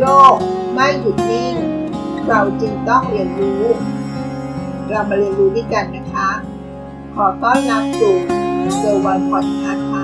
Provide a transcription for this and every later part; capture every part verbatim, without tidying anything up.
กไม่หยุดนิ่งเราจึงต้องเรียนรู้เรามาเรียนรู้ด้วยกันนะคะขอต้อนรับสู่เซอร์วันพอดคาสต์ค่ะ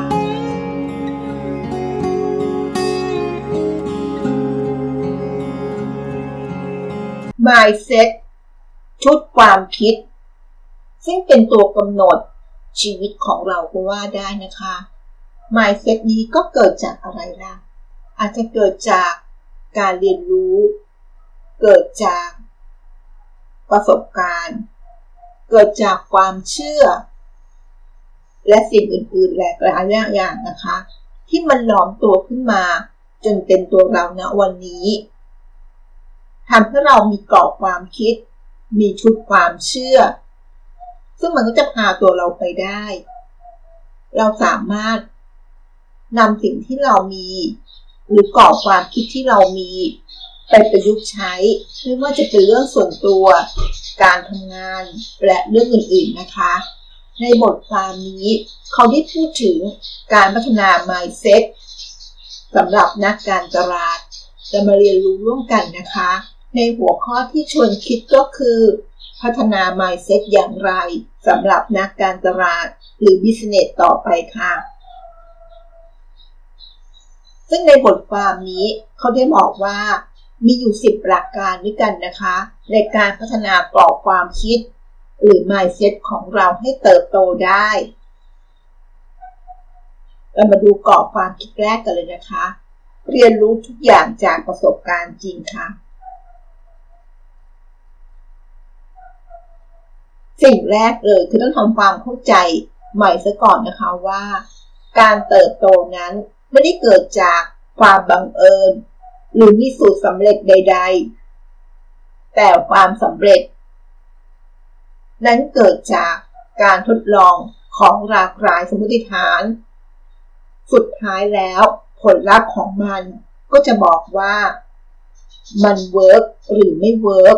Mindset ชุดความคิดซึ่งเป็นตัวกำหนดชีวิตของเราก็ว่าได้นะคะ Mindset นี้ก็เกิดจากอะไรล่ะอาจจะเกิดจากการเรียนรู้เกิดจากประสบการณ์เกิดจากความเชื่อและสิ่งอื่นๆหลากหลายอย่างนะคะที่มันหลอมตัวขึ้นมาจนเป็นตัวเราณวันนี้ทำให้เรามีกรอบความคิดมีชุดความเชื่อซึ่งมันก็จะพาตัวเราไปได้เราสามารถนำสิ่งที่เรามีหรือกรอบความคิดที่เรามีไปประยุกต์ใช้ไม่ว่าจะเป็นเรื่องส่วนตัวการทำงานและเรื่องอื่นๆนะคะในบทความนี้เขาได้พูดถึงการพัฒนา Mindset สำหรับนักการตลาดจะมาเรียนรู้ร่วมกันนะคะในหัวข้อที่ชวนคิดก็คือพัฒนา Mindset อย่างไรสำหรับนักการตลาดหรือ Business ต่อไปค่ะซึ่งในบทความนี้เขาได้บอกว่ามีอยู่สิบหลักการด้วยกันนะคะในการพัฒนากรอบความคิดหรือ Mindset ของเราให้เติบโตได้เรามาดูกรอบความคิดแรกกันเลยนะคะเรียนรู้ทุกอย่างจากประสบการณ์จริงค่ะสิ่งแรกเลยคือต้องทำความเข้าใจใหม่ซะก่อนนะคะว่าการเติบโตนั้นไม่ได้เกิดจากความบังเอิญหรือมีสูตรสำเร็จใดๆแต่ความสำเร็จนั้นเกิดจากการทดลองของหลากหลายสมมติฐานสุดท้ายแล้วผลลัพธ์ของมันก็จะบอกว่ามันเวิร์กหรือไม่เวิร์ก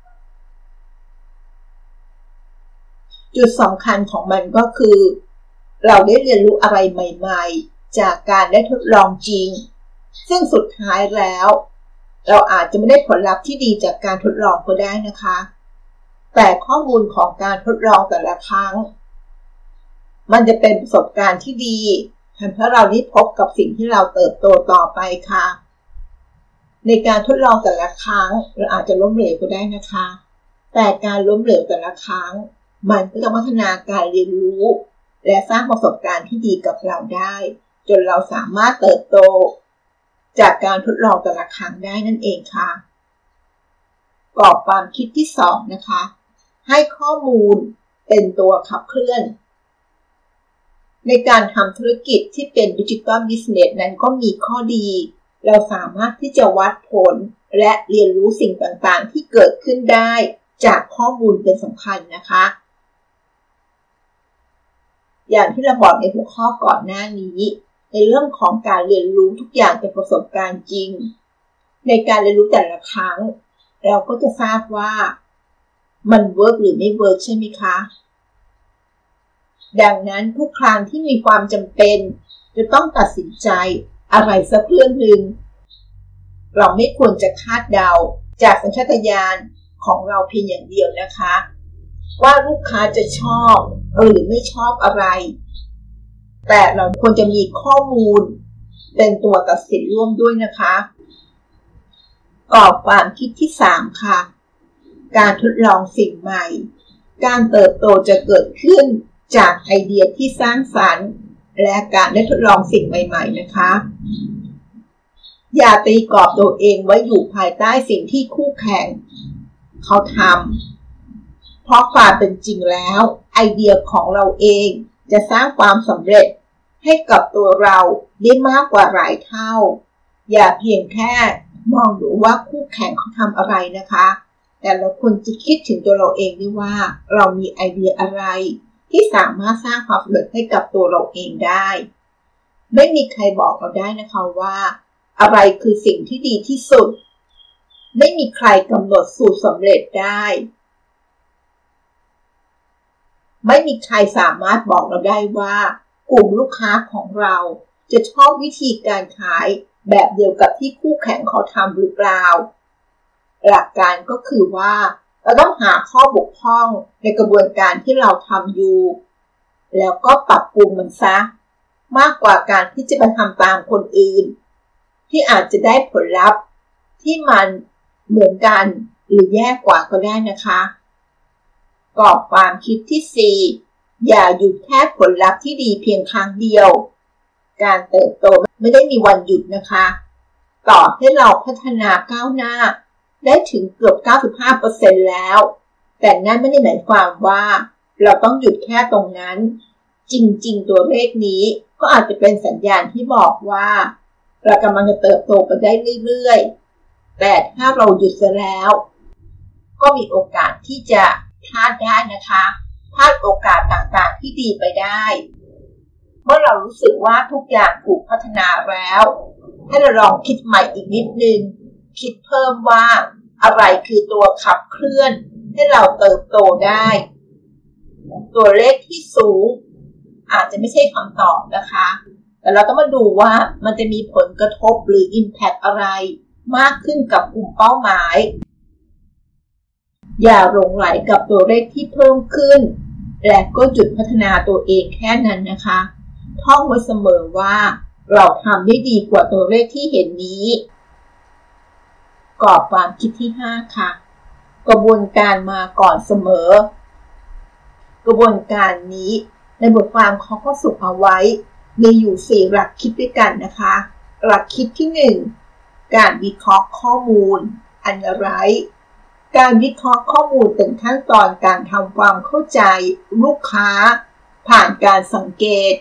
จุดสำคัญของมันก็คือเราได้เรียนรู้อะไรใหม่ๆจากการได้ทดลองจริงซึ่งสุดท้ายแล้วเราอาจจะไม่ได้ผลลัพธ์ที่ดีจากการทดลองก็ได้นะคะแต่ข้อมูลของการทดลองแต่ละครั้งมันจะเป็นประสบการณ์ที่ดีทำให้เราได้พบกับสิ่งที่เราเติบโตต่อไปค่ะในการทดลองแต่ละครั้งเราอาจจะล้มเหลวก็ได้นะคะแต่การล้มเหลวแต่ละครั้งมันก็จะพัฒนาการเรียนรู้และสร้างประสบการณ์ที่ดีกับเราได้จนเราสามารถเติบโตจากการทดลองแต่ละครั้งได้นั่นเองค่ะกรอบความคิดที่สองนะคะให้ข้อมูลเป็นตัวขับเคลื่อนในการทำธุรกิจที่เป็นดิจิทัลบิสเนสนั้นก็มีข้อดีเราสามารถที่จะวัดผลและเรียนรู้สิ่งต่างๆที่เกิดขึ้นได้จากข้อมูลเป็นสำคัญนะคะอย่างที่เราบอกในหัวข้อก่อนหน้านี้ในเรื่องของการเรียนรู้ทุกอย่างจากประสบการณ์จริงในการเรียนรู้แต่ละครั้งเราก็จะทราบว่ามันเวิร์กหรือไม่เวิร์กใช่ไหมคะดังนั้นทุกครั้งที่มีความจำเป็นจะต้องตัดสินใจอะไรสักเรื่องหนึ่งเราไม่ควรจะคาดเดาจากสัญชาตญาณของเราเพียงอย่างเดียวนะคะว่าลูกค้าจะชอบหรือไม่ชอบอะไรแต่เราควรจะมีข้อมูลเป็นตัวตัดสินร่วมด้วยนะคะกรอบความคิดที่สามค่ะการทดลองสิ่งใหม่การเติบโตจะเกิดขึ้นจากไอเดียที่สร้างสรรค์และการได้ทดลองสิ่งใหม่ๆนะคะอย่าตีกรอบตัวเองไว้อยู่ภายใต้สิ่งที่คู่แข่งเขาทำเพราะความเป็นจริงแล้วไอเดียของเราเองจะสร้างความสำเร็จให้กับตัวเราได้มากกว่าหลายเท่าอย่าเพียงแค่มองดูว่าคู่แข่งเขาทำอะไรนะคะแต่เราควรจะคิดถึงตัวเราเองด้วยว่าเรามีไอเดียอะไรที่สามารถสร้างความสำเร็จให้กับตัวเราเองได้ไม่มีใครบอกเราได้นะคะว่าอะไรคือสิ่งที่ดีที่สุดไม่มีใครกำหนดสูตรสำเร็จได้ไม่มีใครสามารถบอกเราได้ว่ากลุ่มลูกค้าของเราจะชอบวิธีการขายแบบเดียวกับที่คู่แข่งเขาทำหรือเปล่าหลักการก็คือว่าเราต้องหาข้อบกพร่องในกระบวนการที่เราทำอยู่แล้วก็ปรับปรุงมันซะมากกว่าการที่จะไปทำตามคนอื่นที่อาจจะได้ผลลัพธ์ที่มันเหมือนกันหรือแย่กว่าก็ได้นะคะกรอบความคิดที่สี่อย่าหยุดแค่ผลลัพธ์ที่ดีเพียงครั้งเดียวการเติบโตไม่ได้มีวันหยุดนะคะต่อให้เราพัฒนาก้าวหน้าได้ถึงเกือบ เก้าสิบห้าเปอร์เซ็นต์ แล้วแต่นั่นไม่ได้หมายความว่าเราต้องหยุดแค่ตรงนั้นจริงๆตัวเลขนี้ก็อาจจะเป็นสัญญาณที่บอกว่าเรากำลังจะเติบโตไปได้เรื่อยๆแต่ถ้าเราหยุดซะแล้วก็มีโอกาสที่จะพลาดได้นะคะพลาดโอกาสต่างๆที่ดีไปได้เมื่อเรารู้สึกว่าทุกอย่างถูกพัฒนาแล้วให้เราลองคิดใหม่อีกนิดนึงคิดเพิ่มว่าอะไรคือตัวขับเคลื่อนให้เราเติบโตได้ตัวเลขที่สูงอาจจะไม่ใช่คำตอบนะคะแต่เราต้องมาดูว่ามันจะมีผลกระทบหรือ impact อะไรมากขึ้นกับกลุ่มเป้าหมายอย่าหลงไหลกับตัวเลขที่เพิ่มขึ้นและก็หยุดพัฒนาตัวเองแค่นั้นนะคะท่องไว้เสมอว่าเราทำได้ดีกว่าตัวเลขที่เห็นนี้กรอบความคิดที่ห้าค่ะกระบวนการมาก่อนเสมอกระบวนการนี้ในบทความเขาก็สรุปเอาไว้มีอยู่สี่หลักคิดด้วยกันนะคะหลักคิดที่หนึ่งการวิเคราะห์ข้อมูล Analyze การวิเคราะห์ข้อมูลเป็นขั้นตอนการทำความเข้าใจลูกค้าผ่านการสังเกต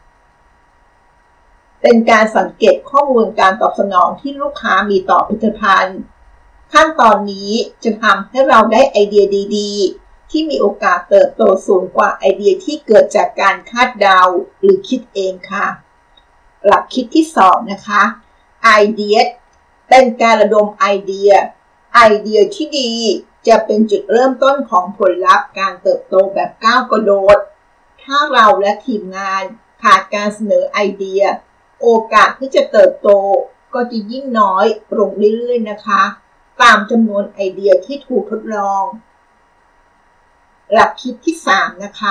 เป็นการสังเกตข้อมูลการตอบสนองที่ลูกค้ามีต่อผลิตภัณฑ์ขั้นตอนนี้จะทำให้เราได้ไอเดียดีๆที่มีโอกาสเติบโตสูงกว่าไอเดียที่เกิดจากการคาดเดาหรือคิดเองค่ะหลักคิดที่สองนะคะไอเดียเป็นการระดมไอเดียไอเดียที่ดีจะเป็นจุดเริ่มต้นของผลลัพธ์การเติบโตแบบก้าวกระโดดถ้าเราและทีมงานขาดการเสนอไอเดียโอกาสที่จะเติบโตก็จะยิ่งน้อยลงเรื่อยๆนะคะตามจำนวนไอเดียที่ถูกทดลองหลักคิดที่สามนะคะ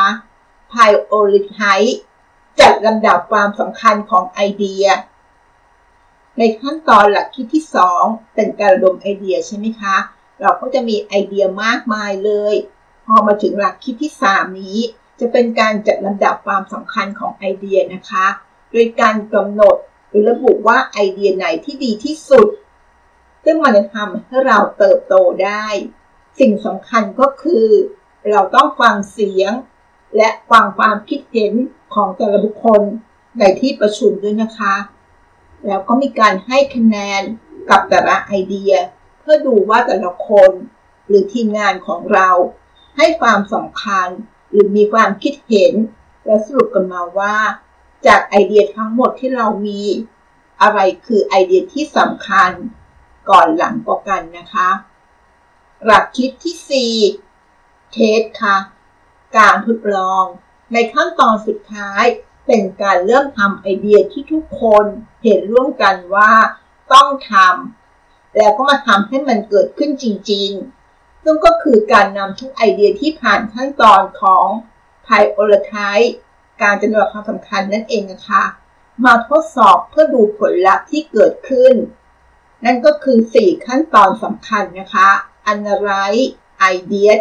Prioritize จัดลำดับความสำคัญของไอเดียในขั้นตอนหลักคิดที่สองเป็นการระดมไอเดียใช่ไหมคะเราก็จะมีไอเดียมากมายเลยพอมาถึงหลักคิดที่สามนี้จะเป็นการจัดลำดับความสำคัญของไอเดียนะคะโดยการกำหนดหรือระบุว่าไอเดียไหนที่ดีที่สุดซึ่งมันจะทำให้เราเติบโตได้สิ่งสำคัญก็คือเราต้องฟังเสียงและฟังความคิดเห็นของแต่ละบุคคลในที่ประชุมด้วยนะคะแล้วก็มีการให้คะแนนกับแต่ละไอเดียเพื่อดูว่าแต่ละคนหรือทีมงานของเราให้ความสำคัญหรือมีความคิดเห็นและสรุปกันมาว่าจากไอเดียทั้งหมดที่เรามีอะไรคือไอเดียที่สำคัญก่อนหลังกว่ากันนะคะหลักคิดที่สี่เทสค่ะการทดลองในขั้นตอนสุดท้ายเป็นการเริ่มทำไอเดียที่ทุกคนเห็นร่วมกันว่าต้องทำแล้วก็มาทำให้มันเกิดขึ้นจริงๆซึ่งก็คือการนำทุกไอเดียที่ผ่านขั้นตอนของ Prioritize การจัดลำดับความสำคัญนั่นเองนะคะมาทดสอบเพื่อดูผลลัพธ์ที่เกิดขึ้นนั่นก็คือสี่ขั้นตอนสำคัญนะคะ Analyze Idea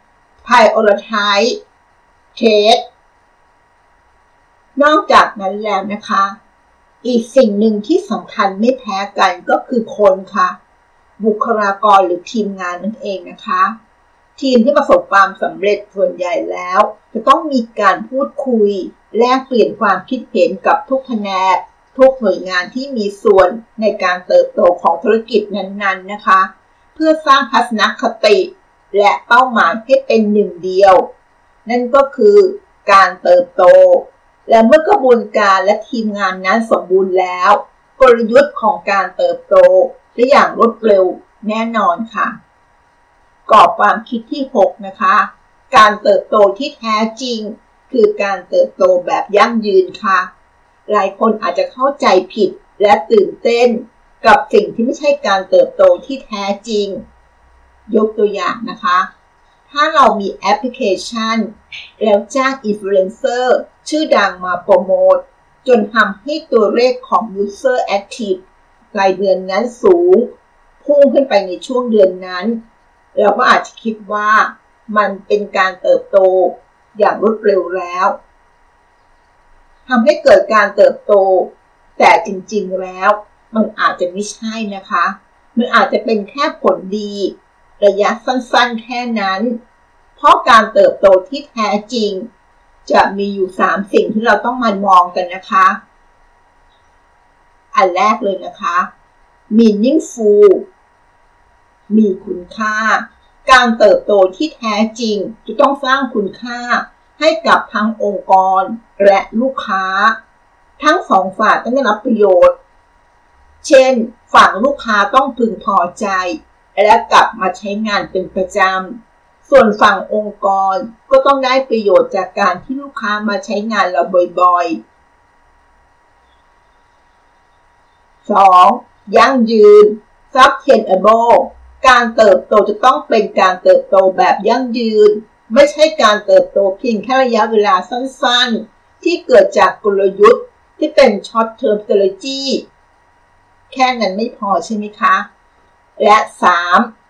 Prioritize Test นอกจากนั้นแล้วนะคะอีกสิ่งหนึ่งที่สำคัญไม่แพ้กันก็คือคนค่ะบุคลากรหรือทีมงานนั่นเองนะคะทีมที่ประสบความสำเร็จส่วนใหญ่แล้วจะต้องมีการพูดคุยแลกเปลี่ยนความคิดเห็นกับทุกแผนกทุกหน่วยงานที่มีส่วนในการเติบโตของธุรกิจนั้นๆนะคะเพื่อสร้างทัศนคติและเป้าหมายให้เป็นหนึ่งเดียวนั่นก็คือการเติบโตและเมื่อกระบวนการและทีมงานนั้นสมบูรณ์แล้วกลยุทธ์ของการเติบโตได้อย่างรวดเร็วแน่นอนค่ะกรอบความคิดที่หกนะคะการเติบโตที่แท้จริงคือการเติบโตแบบยั่งยืนค่ะหลายคนอาจจะเข้าใจผิดและตื่นเต้นกับสิ่งที่ไม่ใช่การเติบโตที่แท้จริงยกตัวอย่างนะคะถ้าเรามีแอปพลิเคชันแล้วจ้างอินฟลูเอนเซอร์ชื่อดังมาโปรโมทจนทำให้ตัวเลขของ User Active รายเดือนนั้นสูงพุ่งขึ้นไปในช่วงเดือนนั้นเราก็อาจจะคิดว่ามันเป็นการเติบโตอย่างรวดเร็วแล้วทำให้เกิดการเติบโตแต่จริงๆแล้วมันอาจจะไม่ใช่นะคะมันอาจจะเป็นแค่ผลดีระยะสั้นๆแค่นั้นเพราะการเติบโตที่แท้จริงจะมีอยู่สามสิ่งที่เราต้องมามองกันนะคะอันแรกเลยนะคะ meaningful มีคุณค่าการเติบโตที่แท้จริงจะต้องสร้างคุณค่าให้กับทั้งองค์กรและลูกค้าทั้งสองฝ่ายต้องได้รับประโยชน์เช่นฝั่งลูกค้าต้องพึงพอใจและกลับมาใช้งานเป็นประจำส่วนฝั่งองค์กรก็ต้องได้ประโยชน์จากการที่ลูกค้ามาใช้งานเราบ่อยๆ สอง ยั่งยืน sustainable การเติบโตจะต้องเป็นการเติบโตแบบยั่งยืนไม่ใช่การเติบโตเพียงแค่ระยะเวลาสั้นๆที่เกิดจากกลยุทธ์ที่เป็น short term strategy แค่นั้นไม่พอใช่ไหมคะและสาม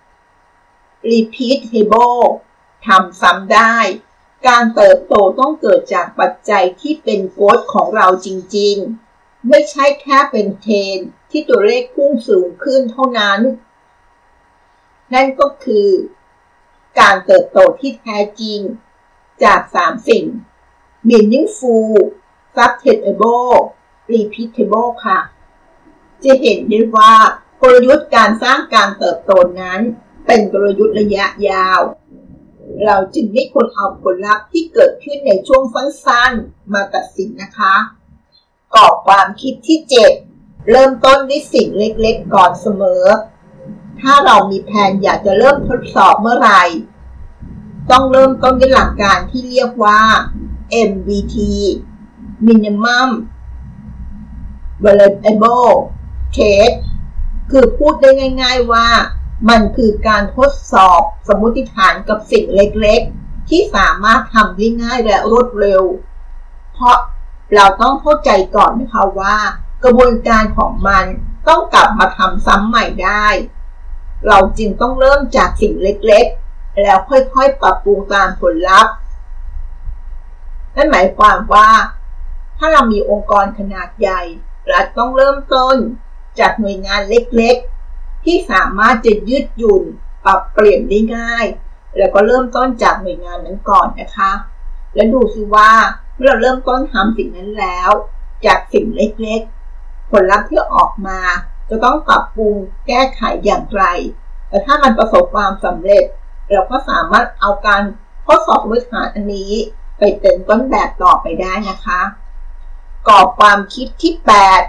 repeatable ทำซ้ำได้การเติบโตต้องเกิดจากปัจจัยที่เป็นโกรทของเราจริงๆไม่ใช่แค่เป็นเทรนด์ที่ตัวเลขพุ่งสูงขึ้นเท่านั้นนั่นก็คือการเติบโตที่แท้จริงจากสามสิ่ง meaningful sustainable repeatable ค่ะจะเห็นได้ว่ากลยุทธ์การสร้างการเติบโตนั้นเป็นกลยุทธ์ระยะยาวเราจึงไม่ควรเอาผลลัพธ์ที่เกิดขึ้นในช่วงสั้นๆมาตัดสินนะคะกรอบความคิดที่เจ็ดเริ่มต้นด้วยสิ่งเล็กๆก่อนเสมอถ้าเรามีแผนอยากจะเริ่มทดสอบเมื่อไหร่ต้องเริ่มต้นด้วยหลักการที่เรียกว่า เอ็ม วี ที Minimum Viable Test คือพูดได้ง่ายๆว่ามันคือการทดสอบสมมติฐานกับสิ่งเล็กๆที่สามารถทำได้ง่ายและรวดเร็วเพราะเราต้องเข้าใจก่อนนะคะว่ากระบวนการของมันต้องกลับมาทำซ้ำใหม่ได้เราจึงต้องเริ่มจากสิ่งเล็กๆแล้วค่อยๆปรับปรุงตามผลลัพธ์นั่นหมายความว่าถ้าเรามีองค์กรขนาดใหญ่เราต้องเริ่มต้นจากหน่วยงานเล็กๆที่สามารถจะยืดหยุ่นปรับเปลี่ยนได้ง่ายแล้วก็เริ่มต้นจากหน่วยงานนั้นก่อนนะคะแล้วดูสิว่าเมื่อเราเริ่มต้นทำสิ่งนั้นแล้วจากสิ่งเล็กๆผลลัพธ์ที่ออกมาจะต้องปรับปรุงแก้ไขอย่างไรแต่ถ้ามันประสบความสำเร็จเราก็สามารถเอาการทดสอบพื้นฐานอันนี้ไปเป็นต้นแบบต่อไปได้นะคะกรอบความคิดที่แปด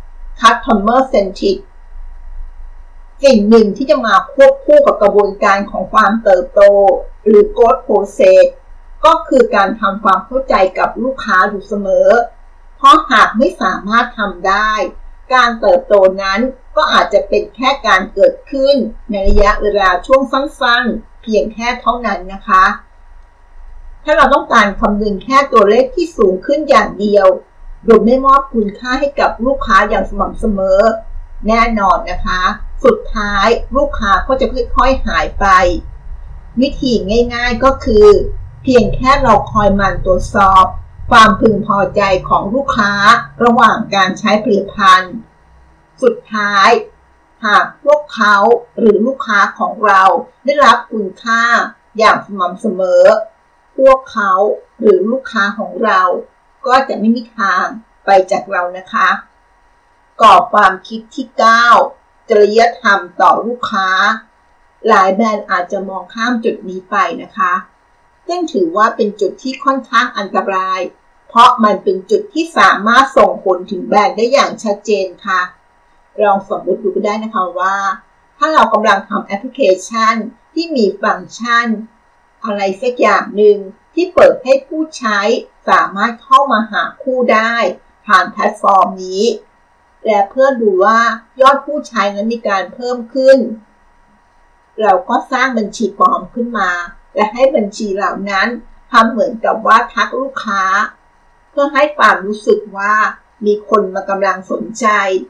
Customer Centric สิ่งหนึ่งที่จะมาควบคู่กับกระบวนการของความเติบโตหรือ Growth Process ก็คือการทำความเข้าใจกับลูกค้าอยู่เสมอเพราะหากไม่สามารถทำได้การเติบโตนั้นก็อาจจะเป็นแค่การเกิดขึ้นในระยะเวลาช่วงสั้นๆเพียงแค่เท่านั้นนะคะถ้าเราต้องการคำนึงแค่ตัวเลขที่สูงขึ้นอย่างเดียวโดยไม่มอบคุณค่าให้กับลูกค้าอย่างสม่ำเสมอแน่นอนนะคะสุดท้ายลูกค้าก็จะค่อยๆหายไปวิธีง่ายๆก็คือเพียงแค่เราคอยหมั่นตรวจสอบความพึงพอใจของลูกค้าระหว่างการใช้ผลิตภัณฑ์สุดท้ายหากพวกเขาหรือลูกค้าของเราได้รับคุณค่าอย่างสม่ำเสมอพวกเขาหรือลูกค้าของเราก็จะไม่มีทางไปจากเรานะคะกรอบความคิดที่เก้าจริยธรรมต่อลูกค้าหลายแบรนด์อาจจะมองข้ามจุดนี้ไปนะคะซึ่งถือว่าเป็นจุดที่ค่อนข้างอันตรายเพราะมันเป็นจุดที่สามารถส่งผลถึงแบรนด์ได้อย่างชัดเจนค่ะลองสมมติดูก็ได้นะคะว่าถ้าเรากำลังทำแอปพลิเคชันที่มีฟังก์ชันอะไรสักอย่างหนึ่งที่เปิดให้ผู้ใช้สามารถเข้ามาหาคู่ได้ทผ่านแพลตฟอร์มนี้และเพื่อดูว่ายอดผู้ใช้นั้นมีการเพิ่มขึ้นเราก็สร้างบัญชีปลอมขึ้นมาและให้บัญชีเหล่านั้นทำเหมือนกับว่าทักลูกค้าเพื่อให้ความรู้สึกว่ามีคนมากำลังสนใจ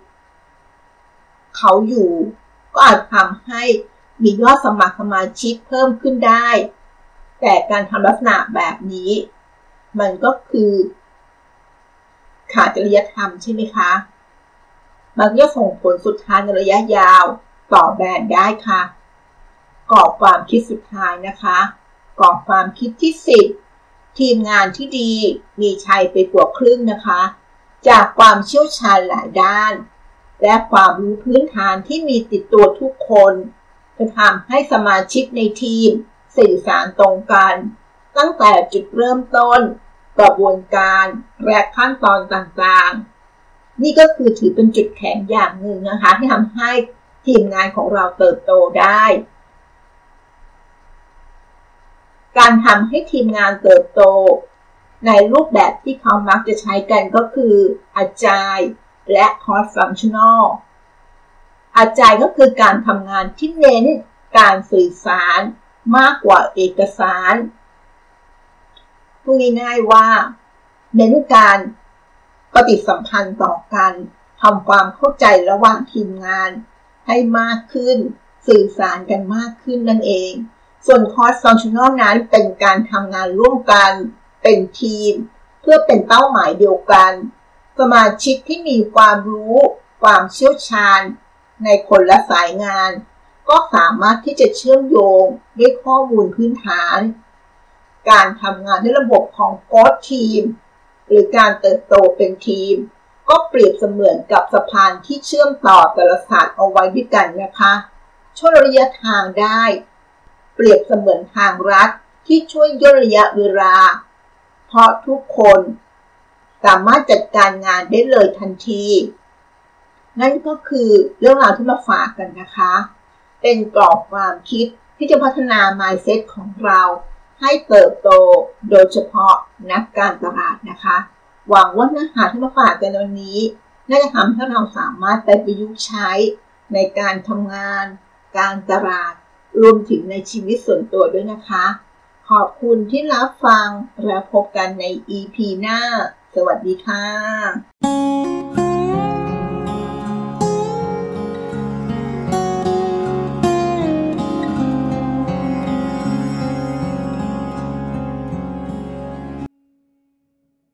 เขาอยู่ก็อาจทำให้มียอดสมัครสมาชิกเพิ่มขึ้นได้แต่การทำลักษณะแบบนี้มันก็คือขาดจริยธรรมใช่ไหมคะมันจะส่งผลสุดท้ายในระยะยาวต่อแบรนด์ได้ค่ะกรอบความคิดสุดท้ายนะคะกรอบความคิดที่สิบทีมงานที่ดีมีชัยไปกว่าครึ่งนะคะจากความเชี่ยวชาญหลายด้านและความรู้พื้นฐานที่มีติดตัวทุกคนจะทำให้สมาชิกในทีมสื่อสารตรงกันตั้งแต่จุดเริ่มต้นกระบวนการและขั้นตอนต่างๆนี่ก็คือถือเป็นจุดแข็งอย่างหนึ่งนะคะที่ทำให้ทีมงานของเราเติบโตได้การทำให้ทีมงานเติบโตในรูปแบบที่เขามักจะใช้กันก็คือ Agile และ Cross Functional Agile ก็คือการทำงานที่เน้นการสื่อสารมากกว่าเอกสารพูดง่ายๆว่าเน้นการปฏิสัมพันธ์ต่อกันทำความเข้าใจระหว่างทีมงานให้มากขึ้นสื่อสารกันมากขึ้นนั่นเองส่วน Cross Functional นั้นเป็นการทำงานร่วมกันเป็นทีมเพื่อเป็นเป้าหมายเดียวกันสมาชิกที่มีความรู้ความเชี่ยวชาญในคนละสายงานก็สามารถที่จะเชื่อมโยงด้วยข้อมูลพื้นฐานการทำงานในระบบของ Growth Team หรือการเติบโตเป็นทีมก็เปรียบเสมือนกับสะพานที่เชื่อมต่อแต่ละศาสตร์เอาไว้ด้วยกันนะคะช่วยระยะทางได้เปรียบเสมือนทางลัดที่ช่วยย่นระยะเวลาเพราะทุกคนสามารถจัดการงานได้เลยทันทีนั่นก็คือเรื่องราวที่มาฝากกันนะคะเป็นกรอบความคิดที่จะพัฒนา mindset ของเราให้เติบโตโดยเฉพาะนักการตลาดนะคะหวังว่าเนื้อหาที่มาฝากกันวันนี้น่าจะทำให้เราสามารถไปประยุกต์ใช้ในการทำงานการตลาดรวมถึงในชีวิตส่วนตัวด้วยนะคะขอบคุณที่รับฟังและพบกันใน อี พี หน้าสวัสดีค่ะ